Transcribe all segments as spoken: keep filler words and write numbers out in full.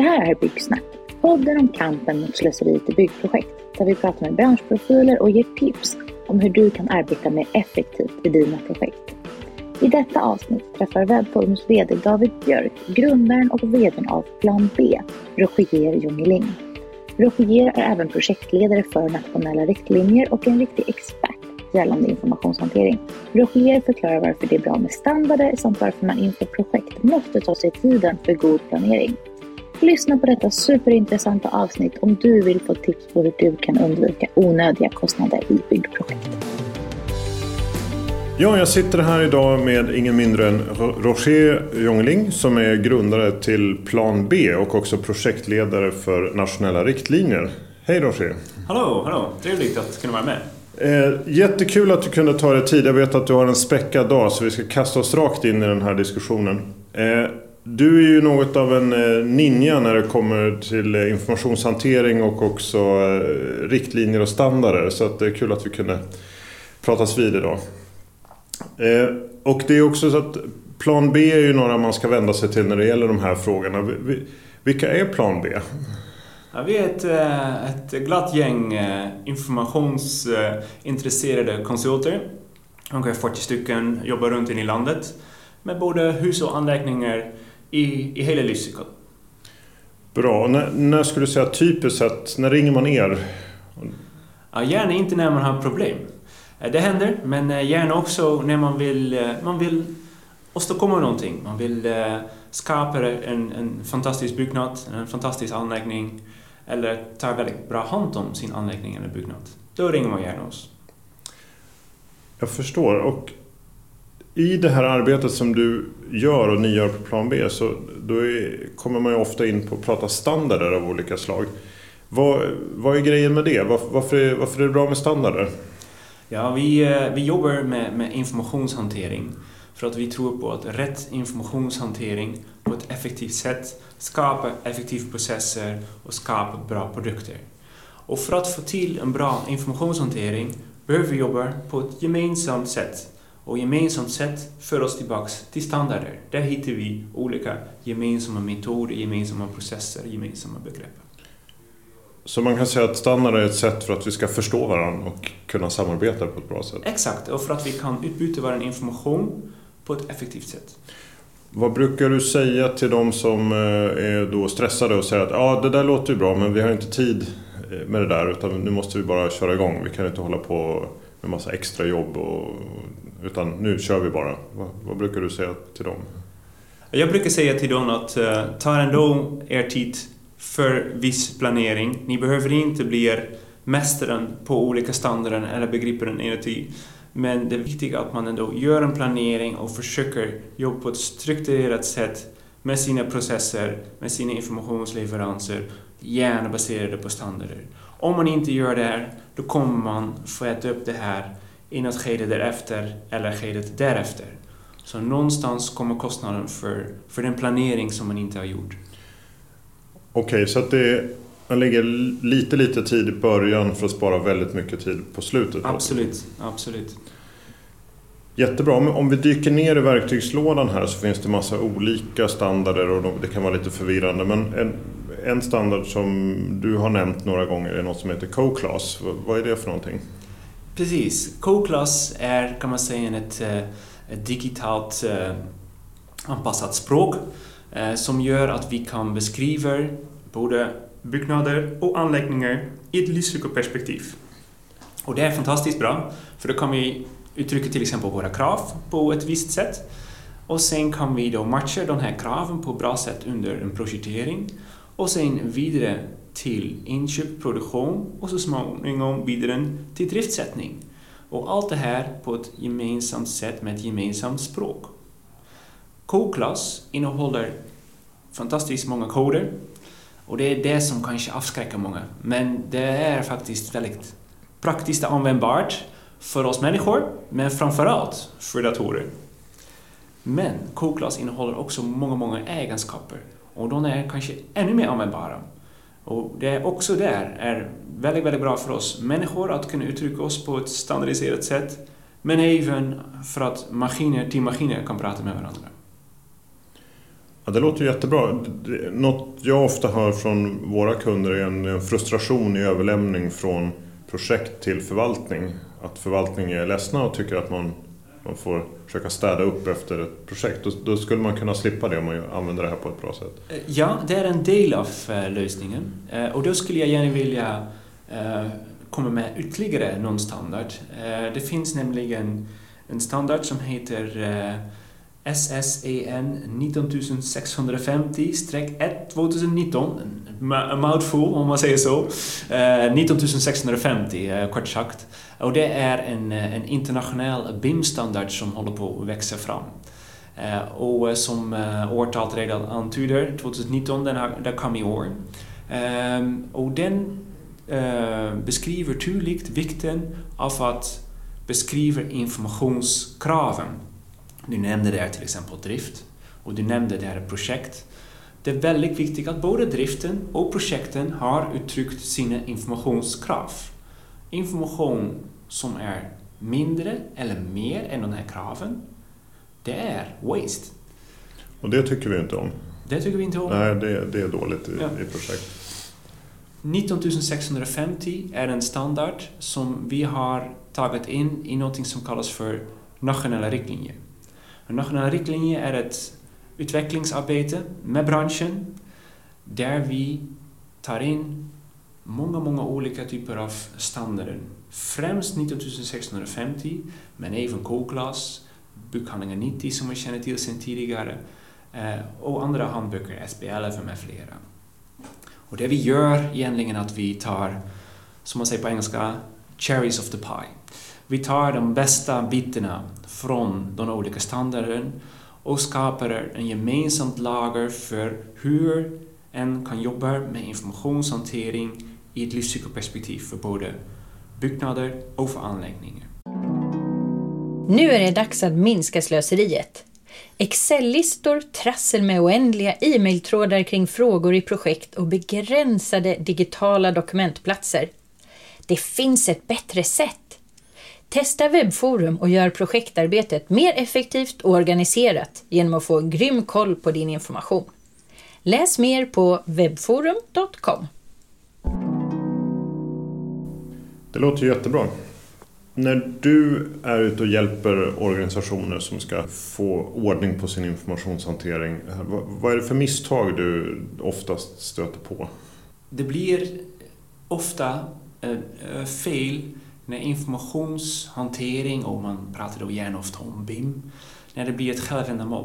Det här är Byggsnack, podden om kampen mot slöseriet i byggprojekt, där vi pratar med branschprofiler och ger tips om hur du kan arbeta mer effektivt i dina projekt. I detta avsnitt träffar Webforums vd David Björk, grundaren och vdn av Plan B, Roger Jongeling. Roger är även projektledare för nationella riktlinjer och en riktig expert gällande informationshantering. Roger förklarar varför det är bra med standarder samt varför man inför projekt måste ta sig tiden för god planering. Lyssna på detta superintressanta avsnitt om du vill få tips på hur du kan undvika onödiga kostnader i byggprojekt. Ja, jag sitter här idag med ingen mindre än Roger Jongeling som är grundare till Plan B och också projektledare för nationella riktlinjer. Hej Roger! Hallå, hallå! Trevligt att kunna vara med. Eh, jättekul att du kunde ta dig tid. Jag vet att du har en späckad dag så vi ska kasta oss rakt in i den här diskussionen. Eh, du är ju något av en ninja när det kommer till informationshantering och också eh, riktlinjer och standarder. Så att det är kul att vi kunde pratas vid idag. Eh, och det är också så att Plan B är ju några man ska vända sig till när det gäller de här frågorna. Vi, vilka är Plan B? Ja, vi är ett, ett glatt gäng informationsintresserade konsulter. Ungefär fyrtio stycken jobbar runt in i landet med både hus och anläggningar i, i hela livscykeln. Bra. När, när skulle du säga typiskt sett, när ringer man er? Ja, gärna inte när man har problem. Det händer, men gärna också när man vill, man vill åstadkomma någonting. Man vill skapa en, en fantastisk byggnad, en fantastisk anläggning. Eller ta väldigt bra hand om sin anläggning eller byggnad. Då ringer man gärna oss. Jag förstår. Och i det här arbetet som du gör och ni gör på Plan B så då är, kommer man ju ofta in på att prata standarder av olika slag. Vad, vad är grejen med det? Var, varför, är, varför är det bra med standarder? Ja, vi, vi jobbar med, med informationshantering för att vi tror på att rätt informationshantering på ett effektivt sätt skapar effektiva processer och skapar bra produkter. Och för att få till en bra informationshantering behöver vi jobba på ett gemensamt sätt. Och gemensamt sätt för oss tillbaka till standarder. Där hittar vi olika gemensamma metoder, gemensamma processer, gemensamma begrepp. Så man kan säga att standard är ett sätt för att vi ska förstå varandra och kunna samarbeta på ett bra sätt? Exakt, och för att vi kan utbyta vår information på ett effektivt sätt. Vad brukar du säga till de som är då stressade och säger att ja, det där låter ju bra men vi har inte tid med det där utan nu måste vi bara köra igång. Vi kan inte hålla på med massa extra jobb och, utan nu kör vi bara. Vad, vad brukar du säga till dem? Jag brukar säga till dem att uh, ta ändå er tid för viss planering. Ni behöver inte bli mästaren på olika standarder eller begreppen hela tiden. Men det är viktigt att man ändå gör en planering och försöker jobba på ett strukturerat sätt med sina processer, med sina informationsleveranser, gärna baserade på standarder. Om man inte gör det här, då kommer man få äta upp det här i något skede därefter eller skedet därefter. Så någonstans kommer kostnaden för, för den planering som man inte har gjort. Okej, så att det, man lägger lite lite tid i början för att spara väldigt mycket tid på slutet. Absolut, absolut. Jättebra, men om vi dyker ner i verktygslådan här så finns det massa olika standarder och det kan vara lite förvirrande. Men en, en standard som du har nämnt några gånger är något som heter Co-class. Vad är det för någonting? Precis, Co-class är kan man säga ett, ett digitalt anpassat språk som gör att vi kan beskriva både byggnader och anläggningar i ett livscykelperspektiv. Och det är fantastiskt bra, för då kan vi uttrycka till exempel våra krav på ett visst sätt. Och sen kan vi då matcha de här kraven på ett bra sätt under en projektering. Och sen vidare till inköp, produktion och så småningom vidare till driftsättning. Och allt det här på ett gemensamt sätt med ett gemensamt språk. Co-class innehåller fantastiskt många koder. Och det är det som kanske avskräcker många. Men det är faktiskt väldigt praktiskt användbart för oss människor. Men framförallt för datorer. Men Co-class innehåller också många, många egenskaper. Och de är kanske ännu mer användbara. Och det är också där är väldigt, väldigt bra för oss människor att kunna uttrycka oss på ett standardiserat sätt. Men även för att maskiner till maskiner kan prata med varandra. Ja, det låter jättebra. Något jag ofta hör från våra kunder är en frustration i överlämning från projekt till förvaltning. Att förvaltning är ledsna och tycker att man, man får försöka städa upp efter ett projekt. Då, då skulle man kunna slippa det om man använder det här på ett bra sätt. Ja, det är en del av uh, lösningen. Uh, och då skulle jag gärna vilja uh, komma med ytterligare någon standard. Uh, det finns nämligen en standard som heter uh, S S E N nitton sexhundrafemtio ett tjugonitton, en mouthful om man säger så, uh, nitton sexhundrafemtio uh, kort sagt. Och det är en, en internationell B I M-standard som håller på att växa fram. Uh, och som uh, årtalet redan antyder, tjugonitton, den, har, den kom i år. Um, och den uh, beskriver tydligt vikten av att beskriva informationskraven. Du nämnde där till exempel drift och du nämnde där projekt. Det är väldigt viktigt att både driften och projekten har uttryckt sina informationskrav. Information som är mindre eller mer än de här kraven, det är waste. Och det tycker vi inte om. Det tycker vi inte om. Nej, det, det är dåligt i, ja. i projekt. nitton sexhundrafemtio är en standard som vi har tagit in i något som kallas för nationella riktlinjer. En nationella riktlinje är ett utvecklingsarbete med branschen där vi tar in många, många olika typer av standarder. Främst nitton sexhundrafemtio, men även K-klass, Bokhandlingen nittio som vi känner till sedan tidigare och andra handböcker, S B L F med flera. Och det vi gör egentligen är att vi tar, som man säger på engelska, cherries of the pie. Vi tar de bästa bitarna från de olika standarderna och skapar en gemensamt lager för hur en kan jobba med informationshantering i ett livscykelperspektiv för både byggnader och för anläggningar. Nu är det dags att minska slöseriet. Excel-listor, trassel med oändliga e-mailtrådar kring frågor i projekt och begränsade digitala dokumentplatser. Det finns ett bättre sätt. Testa webbforum och gör projektarbetet mer effektivt och organiserat genom att få grym koll på din information. Läs mer på webbforum punkt com. Det låter jättebra. När du är ute och hjälper organisationer som ska få ordning på sin informationshantering, vad är det för misstag du oftast stöter på? Det blir ofta äh, fel när informationshantering, och man pratar då gärna ofta om B I M, när det blir ett självändamål.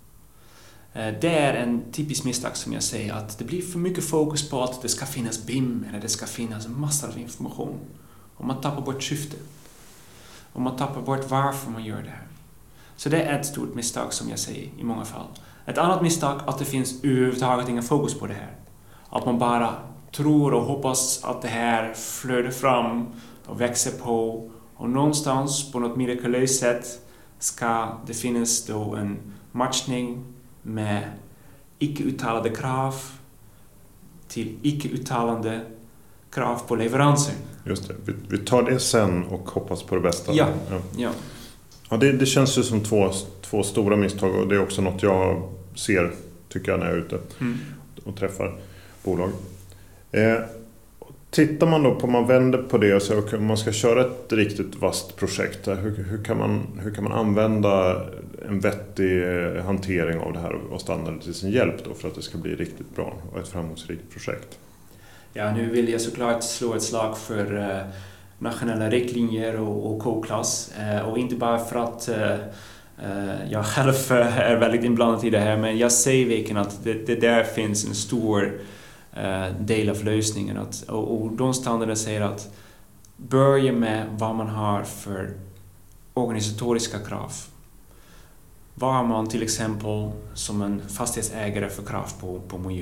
Det är en typisk misstag som jag säger, att det blir för mycket fokus på att det ska finnas B I M eller det ska finnas massor av information. Och man tappar bort syftet. Och man tappar bort varför man gör det här. Så det är ett stort misstag som jag säger i många fall. Ett annat misstag är att det finns överhuvudtaget ingen fokus på det här. Att man bara tror och hoppas att det här flödar fram och växer på, och någonstans på något mirakulöst sätt ska det finnas då en matchning med icke-uttalade krav till icke-uttalande krav på leveranser. Just det, vi, vi tar det sen och hoppas på det bästa. Ja, ja. ja. ja det, det känns ju som två, två stora misstag, och det är också något jag ser, tycker jag, när jag är ute mm. och träffar bolag. Eh, Tittar man då på, man vänder på det och säger att man ska köra ett riktigt vasst projekt, hur, hur, kan man, hur kan man använda en vettig hantering av det här och standarden till sin hjälp då för att det ska bli riktigt bra och ett framgångsrikt projekt? Ja, nu vill jag såklart slå ett slag för uh, nationella riktlinjer och, och K-klass, uh, och inte bara för att uh, uh, jag själv är väldigt inblandad i det här, men jag säger verkligen att det, det där finns en stor Uh, del av lösningen. Att, och, och de standarder säger att börja med vad man har för organisatoriska krav. Vad har man till exempel som en fastighetsägare för krav på, på miljö,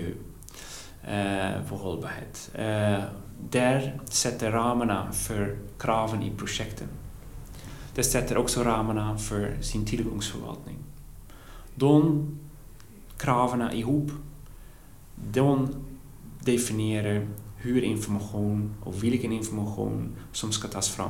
uh, på hållbarhet. Uh, där sätter ramarna för kraven i projekten. Det sätter också ramarna för sin tillgångsförvaltning. De kraven ihop, de definierar hur information och vilken information som ska tas fram.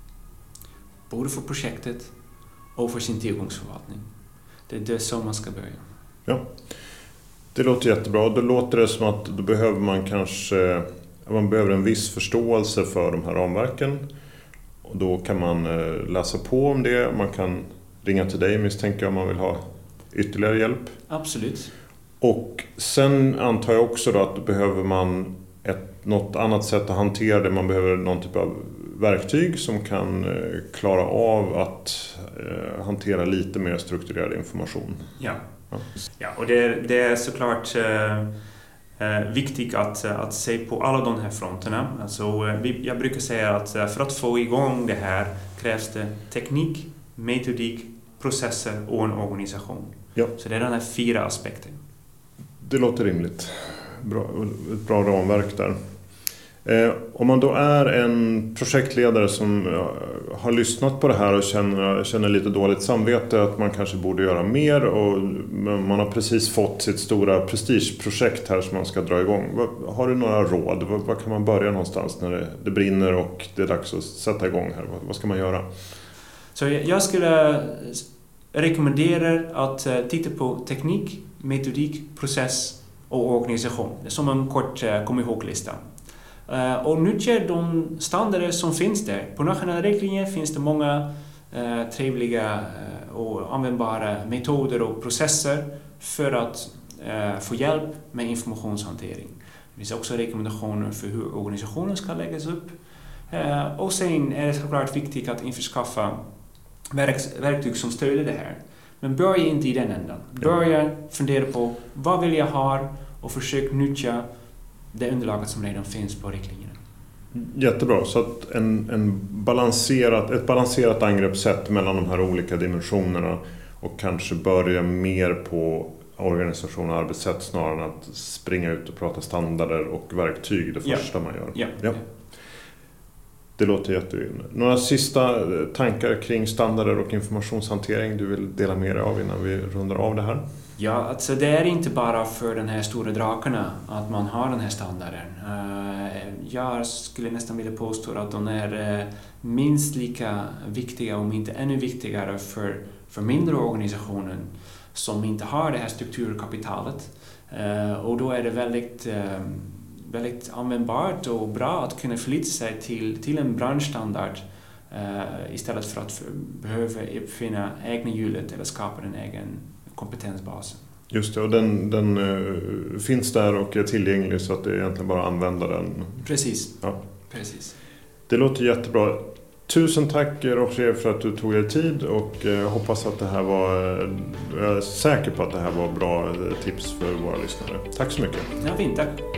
Både för projektet och för sin tillgångsförvaltning. Det är det som man ska börja. Ja. Det låter jättebra. Då låter det som att då behöver man kanske man behöver en viss förståelse för de här ramverken. Och då kan man läsa på om det. Man kan ringa till dig, misstänker jag, om man vill ha ytterligare hjälp. Absolut. Och sen antar jag också då att då behöver man ett, något annat sätt att hantera det. Man behöver någon typ av verktyg som kan klara av att eh, hantera lite mer strukturerad information. Ja, ja. ja och det är, det är såklart eh, eh, viktigt att, att se på alla de här fronterna. Alltså, vi, jag brukar säga att för att få igång det här krävs det teknik, metodik, processer och en organisation. Ja. Så det är den här fyra aspekterna. Det låter rimligt. Bra, ett bra ramverk där. Eh, om man då är en projektledare som eh, har lyssnat på det här och känner, känner lite dåligt samvete att man kanske borde göra mer och man har precis fått sitt stora prestigeprojekt här som man ska dra igång. Vad, har du några råd? Vad, vad kan man börja någonstans när det, det brinner och det är dags att sätta igång här? Vad, vad ska man göra? Så jag skulle rekommendera att titta på teknik, metodik, process och organisation. Det är som en kort kom ihåg-lista. Och nyttja de standarder som finns där. På nationella riktlinjer finns det många eh, trevliga och användbara metoder och processer för att eh, få hjälp med informationshantering. Det finns också rekommendationer för hur organisationen ska läggas upp. Eh, och sen är det såklart viktigt att införskaffa verk- verktyg som stöder det här. Men börja inte i den änden. Börja fundera på vad vill jag ha och försök nyttja det underlaget som redan finns på riktlinjerna. Jättebra, så att en, en balanserat, ett balanserat angreppssätt mellan de här olika dimensionerna och kanske börja mer på organisation och arbetssätt snarare än att springa ut och prata standarder och verktyg det första ja. man gör. Ja. Ja. Det låter jätteinne. Några sista tankar kring standarder och informationshantering du vill dela med dig av innan vi rundar av det här? Ja, alltså det är inte bara för den här stora drakarna att man har den här standarden. Jag skulle nästan vilja påstå att de är minst lika viktiga, om inte ännu viktigare för, för mindre organisationer som inte har det här strukturkapitalet. Och då är det väldigt, väldigt användbart och bra att kunna förlita sig till, till en branschstandard istället för att behöva uppfinna egna hjulet eller skapa en egen kompetensbas. Just det, och den, den uh, finns där och är tillgänglig så att det är egentligen bara att använda den. Precis. Ja. Precis. Det låter jättebra. Tusen tack Roger för att du tog er tid och uh, hoppas att det här var, uh, jag är säker på att det här var bra tips för våra lyssnare. Tack så mycket. Ja, fint, tack.